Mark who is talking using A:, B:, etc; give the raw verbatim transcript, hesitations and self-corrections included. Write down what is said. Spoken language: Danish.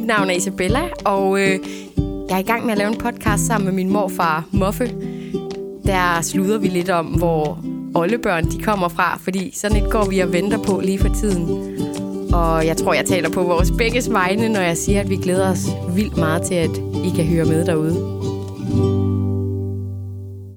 A: navn er Isabella, og øh, jeg er i gang med at lave en podcast sammen med min morfar, Muffe. Der sluder vi lidt om, hvor oldebørn de kommer fra, fordi sådan et går vi og venter på lige for tiden. Og jeg tror, jeg taler på vores begges vegne, når jeg siger, at vi glæder os vildt meget til, at I kan høre med derude.